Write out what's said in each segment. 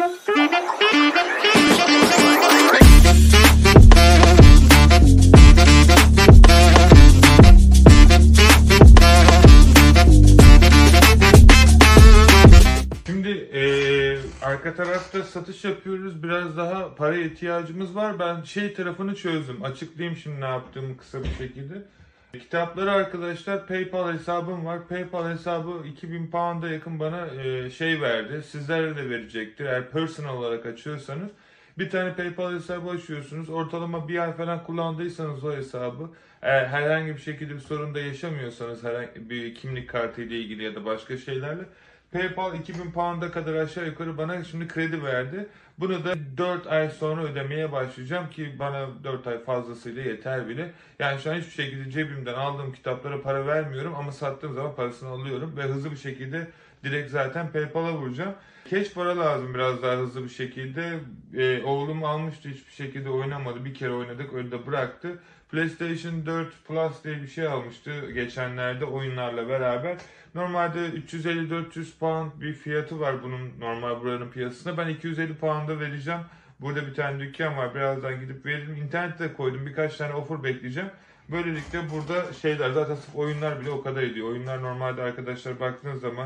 Arka tarafta satış yapıyoruz. Biraz daha paraya ihtiyacımız var. Ben tarafını çözdüm. Açıklayayım şimdi ne yaptığımı kısa bir şekilde. Kitapları arkadaşlar, PayPal hesabım var. PayPal hesabı 2000 pound'a yakın bana verdi. Sizlere de verecektir. Eğer personal olarak açıyorsanız. Bir tane PayPal hesabı açıyorsunuz. Ortalama bir ay falan kullandıysanız o hesabı, eğer herhangi bir şekilde bir sorun da yaşamıyorsanız, herhangi bir kimlik kartı ile ilgili ya da başka şeylerle, PayPal 2000 pound'a kadar aşağı yukarı bana şimdi kredi verdi. Bunu da 4 ay sonra ödemeye başlayacağım ki bana 4 ay fazlasıyla yeter bile. Yani şu an hiçbir şekilde cebimden aldığım kitaplara para vermiyorum ama sattığım zaman parasını alıyorum ve hızlı bir şekilde direkt zaten PayPal'a vuracağım. Cash para lazım biraz daha hızlı bir şekilde. Oğlum almıştı, hiçbir şekilde oynamadı. Bir kere oynadık, öyle de bıraktı. PlayStation 4 Plus diye bir şey almıştı geçenlerde oyunlarla beraber. Normalde 350-400 pound bir fiyatı var bunun, normal buranın piyasasında. Ben 250 pound'a vereceğim. Burada bir tane dükkan var. Birazdan gidip veririm. İnternette koydum. Birkaç tane offer bekleyeceğim. Böylelikle burada zaten sırf oyunlar bile o kadar ediyor. Oyunlar normalde arkadaşlar baktığınız zaman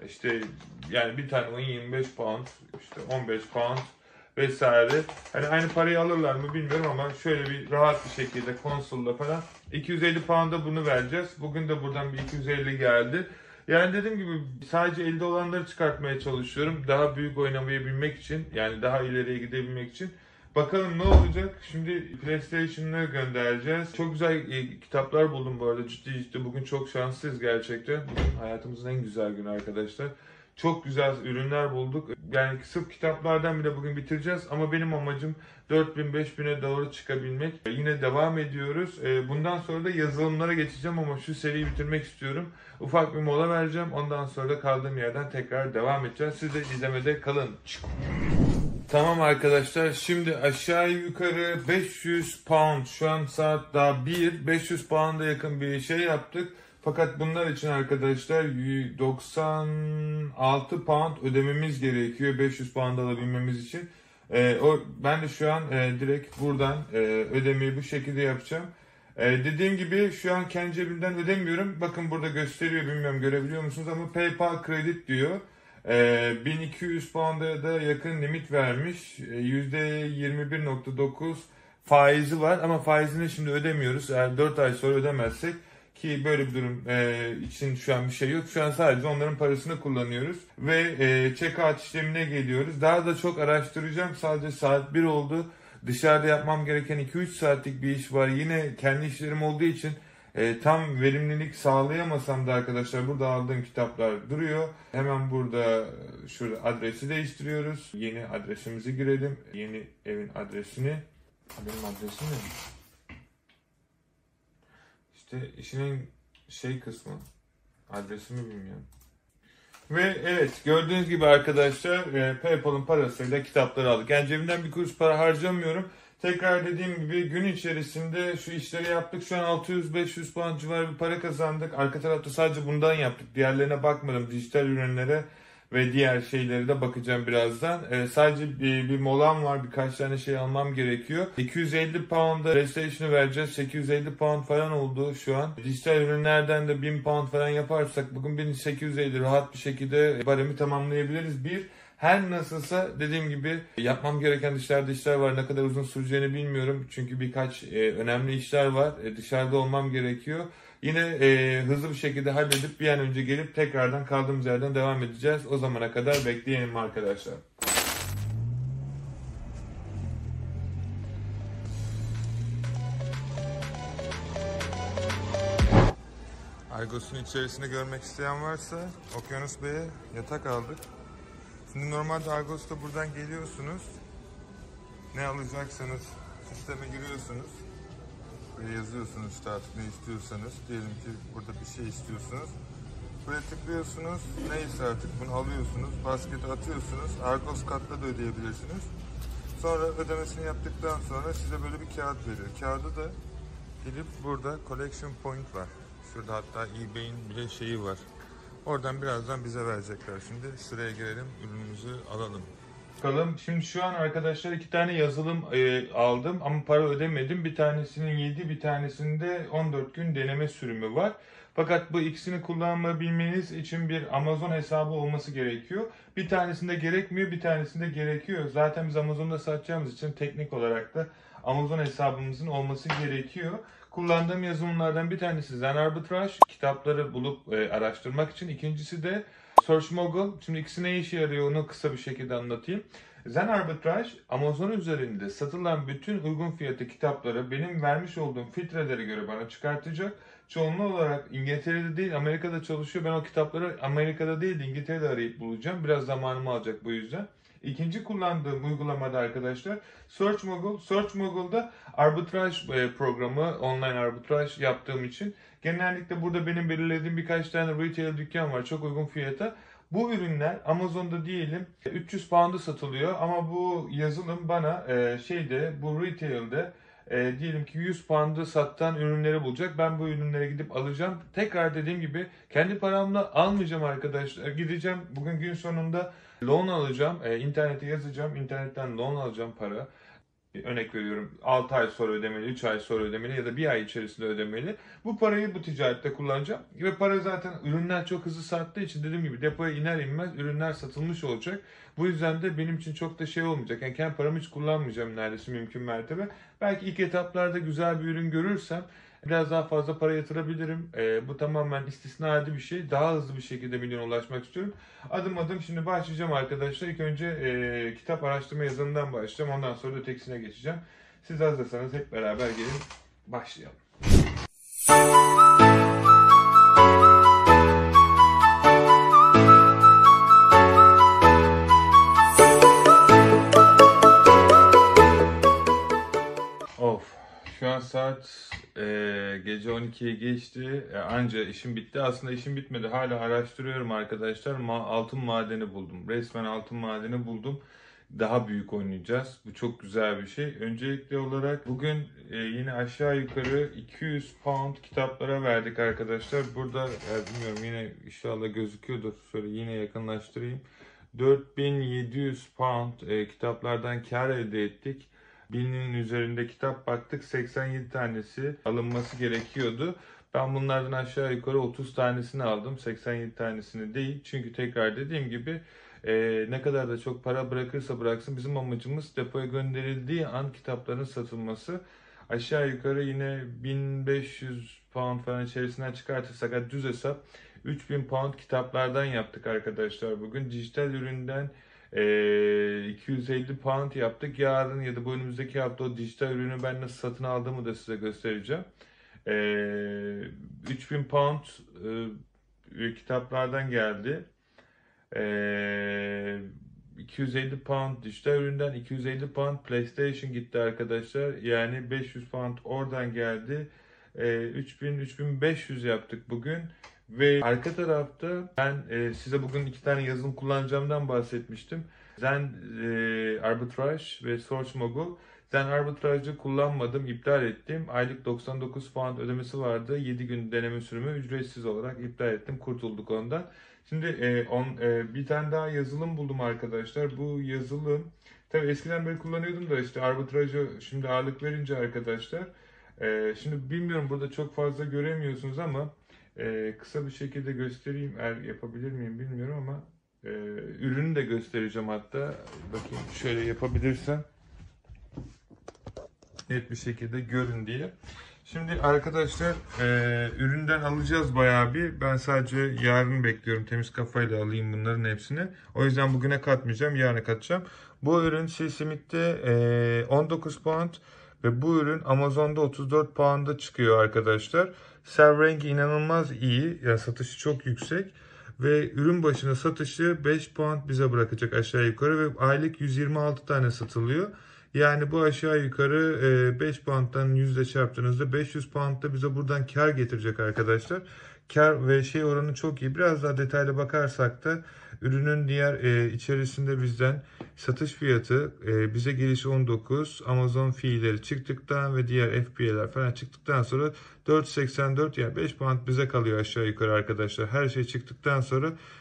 yani bir tane oyun 25 pound, 15 pound vesaire. Hani aynı parayı alırlar mı bilmiyorum ama şöyle bir rahat bir şekilde konsolla falan 250 pound'a bunu vereceğiz. Bugün de buradan bir 250 geldi. Yani dediğim gibi sadece elde olanları çıkartmaya çalışıyorum. Daha büyük oynamayı bilmek için, yani daha ileriye gidebilmek için. Bakalım ne olacak? Şimdi PlayStation'ı göndereceğiz. Çok güzel kitaplar buldum bu arada. Ciddi bugün çok şanslıyız gerçekten. Bugün hayatımızın en güzel günü arkadaşlar. Çok güzel ürünler bulduk. Yani sırf kitaplardan bile bugün bitireceğiz. Ama benim amacım 4000-5000'e doğru çıkabilmek. Yine devam ediyoruz. Bundan sonra da yazılımlara geçeceğim ama şu seriyi bitirmek istiyorum. Ufak bir mola vereceğim. Ondan sonra da kaldığım yerden tekrar devam edeceğiz. Siz de izlemede kalın. Tamam arkadaşlar, şimdi aşağı yukarı 500 pound, şu an saat daha 500 pound'a yakın bir şey yaptık. Fakat bunlar için arkadaşlar 96 pound ödememiz gerekiyor 500 pound alabilmemiz için. Ben de şu an direkt buradan ödemeyi bu şekilde yapacağım. Dediğim gibi şu an kendi cebimden ödemiyorum. Bakın burada gösteriyor, bilmiyorum görebiliyor musunuz ama PayPal Credit diyor. 1200 pound'a da yakın limit vermiş. %21.9 faizi var ama faizini şimdi ödemiyoruz. Eğer 4 ay sonra ödemezsek, ki böyle bir durum için şu an bir şey yok. Şu an sadece onların parasını kullanıyoruz ve check-out işlemine geliyoruz. Daha da çok araştıracağım. Sadece saat 1 oldu. Dışarıda yapmam gereken 2-3 saatlik bir iş var. Yine kendi işlerim olduğu için tam verimlilik sağlayamasam da arkadaşlar burada aldığım kitaplar duruyor. Hemen burada şurada adresi değiştiriyoruz. Yeni adresimizi girelim. Yeni evin adresini. Benim adresim ne? İşinin kısmı. Adresimi bilmiyorum. Ve evet, gördüğünüz gibi arkadaşlar PayPal'ın parasıyla kitapları aldık. Yani cebimden bir kuruş para harcamıyorum. Tekrar dediğim gibi gün içerisinde şu işleri yaptık. Şu an 600-500 pound civarı bir para kazandık. Arka tarafta sadece bundan yaptık. Diğerlerine bakmadım. Dijital ürünlere ve diğer şeylere de bakacağım birazdan. Sadece bir molam var. Birkaç tane şey almam gerekiyor. 250 pound'a PlayStation'ı vereceğiz. 850 pound falan oldu şu an. Dijital ürünlerden de 1000 pound falan yaparsak bugün 1850 rahat bir şekilde baremi tamamlayabiliriz. Her nasılsa dediğim gibi yapmam gereken dışarıda işler var. Ne kadar uzun süreceğini bilmiyorum. Çünkü birkaç önemli işler var. Dışarıda olmam gerekiyor. Yine hızlı bir şekilde halledip bir an önce gelip tekrardan kaldığımız yerden devam edeceğiz. O zamana kadar bekleyelim arkadaşlar. Argos'un içerisini görmek isteyen varsa Okyanus Bey'e yatak aldık. Şimdi normalde Argos'ta buradan geliyorsunuz. Ne alacaksanız sisteme giriyorsunuz. Buraya yazıyorsunuz artık ne istiyorsanız. Diyelim ki burada bir şey istiyorsunuz. Buraya tıklıyorsunuz. Neyse artık bunu alıyorsunuz. Baskete atıyorsunuz. Argos kartla da ödeyebilirsiniz. Sonra ödemesini yaptıktan sonra size böyle bir kağıt veriyor. Kağıdı da gidip burada Collection Point var. Şurada hatta eBay'in bile şeyi var. Oradan birazdan bize verecekler. Şimdi sıraya girelim, ürünümüzü alalım. Bakalım. Şimdi şu an arkadaşlar 2 tane yazılım aldım ama para ödemedim. Bir tanesinin 7, bir tanesinde 14 gün deneme sürümü var. Fakat bu ikisini kullanabilmeniz için bir Amazon hesabı olması gerekiyor. Bir tanesinde gerekmiyor, bir tanesinde gerekiyor. Zaten biz Amazon'da satacağımız için teknik olarak da Amazon hesabımızın olması gerekiyor. Kullandığım yazılımlardan bir tanesi Zen Arbitrage, kitapları bulup araştırmak için. İkincisi de Searchmoggle. Şimdi ikisi ne işe yarıyor onu kısa bir şekilde anlatayım. Zen Arbitrage, Amazon üzerinde satılan bütün uygun fiyatı kitapları benim vermiş olduğum filtrelere göre bana çıkartacak. Çoğunluğu olarak İngiltere'de değil, Amerika'da çalışıyor. Ben o kitapları Amerika'da değil de İngiltere'de arayıp bulacağım. Biraz zamanımı alacak bu yüzden. İkinci kullandığım uygulamada arkadaşlar Searchmoggle. Searchmoggle'da arbitraj programı, online arbitraj yaptığım için genellikle burada benim belirlediğim birkaç tane retail dükkan var çok uygun fiyata. Bu ürünler Amazon'da diyelim 300 pound'a satılıyor ama bu yazılım bana bu retail'de diyelim ki 100 pound'a satılan ürünleri bulacak. Ben bu ürünlere gidip alacağım. Tekrar dediğim gibi kendi paramla almayacağım arkadaşlar. Gideceğim bugün gün sonunda loan alacağım. İnternete yazacağım. İnternetten loan alacağım para. Örnek veriyorum 6 ay sonra ödemeli, 3 ay sonra ödemeli ya da 1 ay içerisinde ödemeli. Bu parayı bu ticarette kullanacağım. Ve para zaten ürünler çok hızlı sattığı için dediğim gibi depoya iner inmez ürünler satılmış olacak. Bu yüzden de benim için çok da şey olmayacak. Yani kendi paramı hiç kullanmayacağım neredeyse mümkün mertebe. Belki ilk etaplarda güzel bir ürün görürsem biraz daha fazla para yatırabilirim. Bu tamamen istisnai bir şey. Daha hızlı bir şekilde milyona ulaşmak istiyorum. Adım adım şimdi başlayacağım arkadaşlar. İlk önce kitap araştırma yazılımından başlayacağım. Ondan sonra ötekisine geçeceğim. Siz hazırsanız hep beraber gelin başlayalım. Of. Şu an saat gece 12'ye geçti. Anca işim bitti. Aslında işim bitmedi. Hala araştırıyorum arkadaşlar. Altın madeni buldum. Resmen altın madeni buldum. Daha büyük oynayacağız. Bu çok güzel bir şey. Öncelikli olarak bugün yine aşağı yukarı 200 pound kitaplara verdik arkadaşlar. Burada bilmiyorum yine inşallah gözüküyordur. Şöyle yine yakınlaştırayım. 4700 pound kitaplardan kar elde ettik. 1000'in üzerinde kitap baktık. 87 tanesi alınması gerekiyordu. Ben bunlardan aşağı yukarı 30 tanesini aldım. 87 tanesini değil. Çünkü tekrar dediğim gibi ne kadar da çok para bırakırsa bıraksın bizim amacımız depoya gönderildiği an kitapların satılması. Aşağı yukarı yine 1500 pound falan içerisinden çıkartırsak düz hesap 3000 pound kitaplardan yaptık arkadaşlar bugün. Dijital üründen 250 pound yaptık. Yarın ya da bu önümüzdeki hafta o dijital ürünü ben nasıl satın aldığımı da size göstereceğim. 3000 pound kitaplardan geldi. 250 pound dijital üründen 250 pound PlayStation gitti arkadaşlar. Yani 500 pound oradan geldi. 3500 yaptık bugün. Ve arka tarafta ben size bugün 2 tane yazılım kullanacağımdan bahsetmiştim. Zen Arbitrage ve Searchmoggle. Zen Arbitrage'ı kullanmadım, iptal ettim. Aylık 99 pound ödemesi vardı. 7 gün deneme sürümü ücretsiz olarak iptal ettim. Kurtulduk ondan. Şimdi bir tane daha yazılım buldum arkadaşlar. Bu yazılım tabii eskiden beri kullanıyordum da işte arbitrajı şimdi ağırlık verince arkadaşlar. Şimdi bilmiyorum burada çok fazla göremiyorsunuz ama kısa bir şekilde göstereyim. Eğer yapabilir miyim bilmiyorum ama ürünü de göstereceğim hatta. Bakayım şöyle yapabilirsem net bir şekilde görün diye. Şimdi arkadaşlar üründen alacağız bayağı bir. Ben sadece yarın bekliyorum. Temiz kafayla alayım bunların hepsini. O yüzden bugüne katmayacağım. Yarına katacağım. Bu ürün Seesimic'te 19 pound ve bu ürün Amazon'da 34 pound'a çıkıyor arkadaşlar. Server rengi inanılmaz iyi. Yani satışı çok yüksek. Ve ürün başına satışı 5 pound bize bırakacak aşağı yukarı ve aylık 126 tane satılıyor. Yani bu aşağı yukarı 5 pound'dan yüzde çarptığınızda 500 pound da bize buradan kar getirecek arkadaşlar. Kar ve şey oranı çok iyi. Biraz daha detaylı bakarsak da ürünün diğer içerisinde bizden satış fiyatı bize gelişi 19, Amazon fiilleri çıktıktan ve diğer FBA'ler falan çıktıktan sonra 4.84 yani 5 pound bize kalıyor aşağı yukarı arkadaşlar. Her şey çıktıktan sonra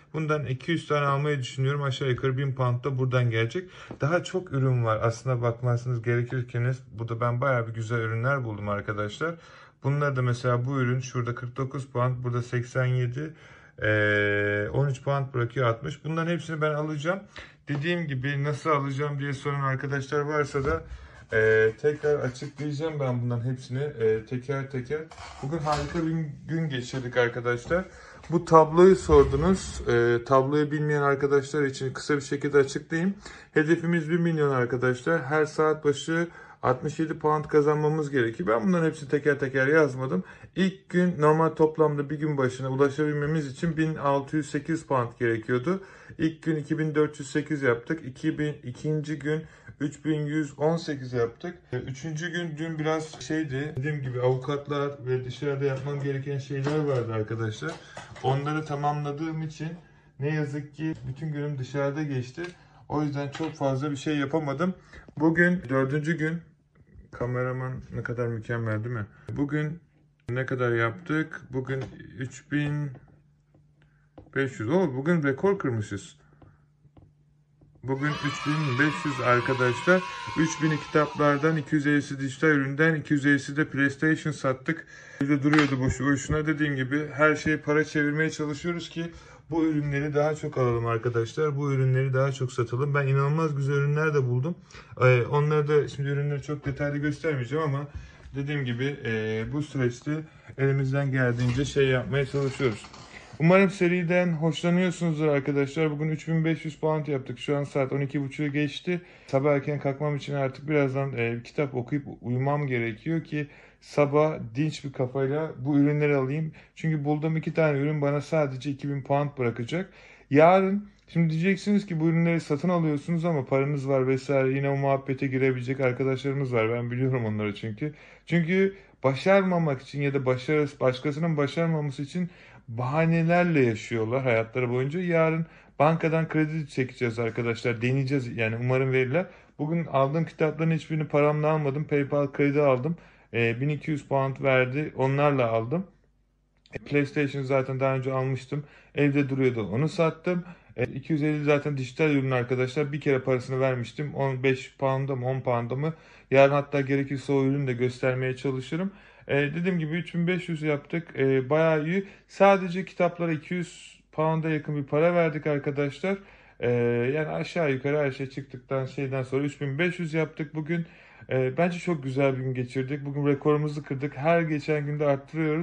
Bundan 200 tane almayı düşünüyorum. Aşağı yukarı 1000 pound da buradan gelecek. Daha çok ürün var. Aslında bakmazsanız gerekirken burada ben bayağı bir güzel ürünler buldum arkadaşlar. Bunlar da mesela bu ürün şurada 49 pound, burada 87, 13 pound bırakıyor 60. Bunların hepsini ben alacağım. Dediğim gibi nasıl alacağım diye soran arkadaşlar varsa da tekrar açıklayacağım ben bunların hepsini teker teker. Bugün harika bir gün geçirdik arkadaşlar. Bu tabloyu sordunuz. Tabloyu bilmeyen arkadaşlar için kısa bir şekilde açıklayayım. Hedefimiz 1 milyon arkadaşlar. Her saat başı 67 pound kazanmamız gerekiyor. Ben bunların hepsini teker teker yazmadım. İlk gün normal toplamda bir gün başına ulaşabilmemiz için 1608 pound gerekiyordu. İlk gün 2408 yaptık. İkinci gün 3118 yaptık. Üçüncü gün dün biraz şeydi. Dediğim gibi avukatlar ve dışarıda yapmam gereken şeyler vardı arkadaşlar. Onları tamamladığım için ne yazık ki bütün günüm dışarıda geçti. O yüzden çok fazla bir şey yapamadım. Bugün dördüncü gün. Kameraman ne kadar mükemmel değil mi? Bugün ne kadar yaptık? Bugün 3500. Bugün rekor kırmışız. Bugün 3500 arkadaşlar. 3000 kitaplardan, 250'si dijital üründen, 250'si de PlayStation sattık. Burada duruyordu boşu boşuna. Dediğim gibi her şeyi para çevirmeye çalışıyoruz ki bu ürünleri daha çok alalım arkadaşlar. Bu ürünleri daha çok satalım. Ben inanılmaz güzel ürünler de buldum. Onları da şimdi ürünleri çok detaylı göstermeyeceğim ama dediğim gibi bu süreçte elimizden geldiğince şey yapmaya çalışıyoruz. Umarım seriden hoşlanıyorsunuzdur arkadaşlar. Bugün 3500 pound yaptık. Şu an saat 12.30'u geçti. Sabah erken kalkmam için artık birazdan bir kitap okuyup uyumam gerekiyor ki sabah dinç bir kafayla bu ürünleri alayım. Çünkü bulduğum 2 tane ürün bana sadece 2000 pound bırakacak. Yarın şimdi diyeceksiniz ki bu ürünleri satın alıyorsunuz ama paranız var vesaire, yine o muhabbete girebilecek arkadaşlarımız var. Ben biliyorum onları çünkü. Çünkü başarmamak için ya da başkasının başarmaması için bahanelerle yaşıyorlar hayatları boyunca. Yarın bankadan kredi çekeceğiz arkadaşlar. Deneyeceğiz yani, umarım verirler. Bugün aldığım kitapların hiçbirini paramla almadım. PayPal kredi aldım. 1200 pound verdi. Onlarla aldım. PlayStation zaten daha önce almıştım. Evde duruyordu. Onu sattım. 250 zaten dijital ürün arkadaşlar. Bir kere parasını vermiştim. 15 pound'a mı 10 pound'a mı? Yarın hatta gerekirse o ürünü de göstermeye çalışırım. Dediğim gibi 3500 yaptık. Bayağı iyi. Sadece kitaplara 200 pound'a yakın bir para verdik arkadaşlar. Yani aşağı yukarı her şey çıktıktan şeyden sonra 3500 yaptık bugün. Bence çok güzel bir gün geçirdik. Bugün rekorumuzu kırdık. Her geçen günde arttırıyoruz.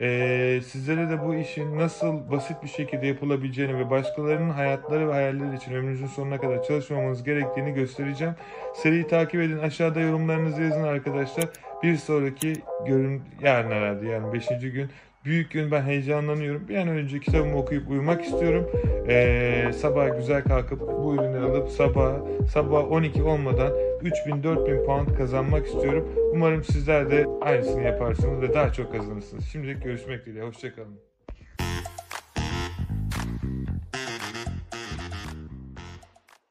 Sizlere de bu işin nasıl basit bir şekilde yapılabileceğini ve başkalarının hayatları ve hayalleri için ömrünüzün sonuna kadar çalışmamanız gerektiğini göstereceğim. Seriyi takip edin. Aşağıda yorumlarınızı yazın arkadaşlar. Bir sonraki yarın herhalde, yani 5. gün. Büyük gün, ben heyecanlanıyorum. Bir an önce kitabımı okuyup uyumak istiyorum. Sabah güzel kalkıp bu ürünleri alıp sabah 12 olmadan 3000-4000 pound kazanmak istiyorum. Umarım sizler de aynısını yaparsınız ve daha çok kazanırsınız. Şimdilik görüşmek dileğiyle. Hoşça kalın.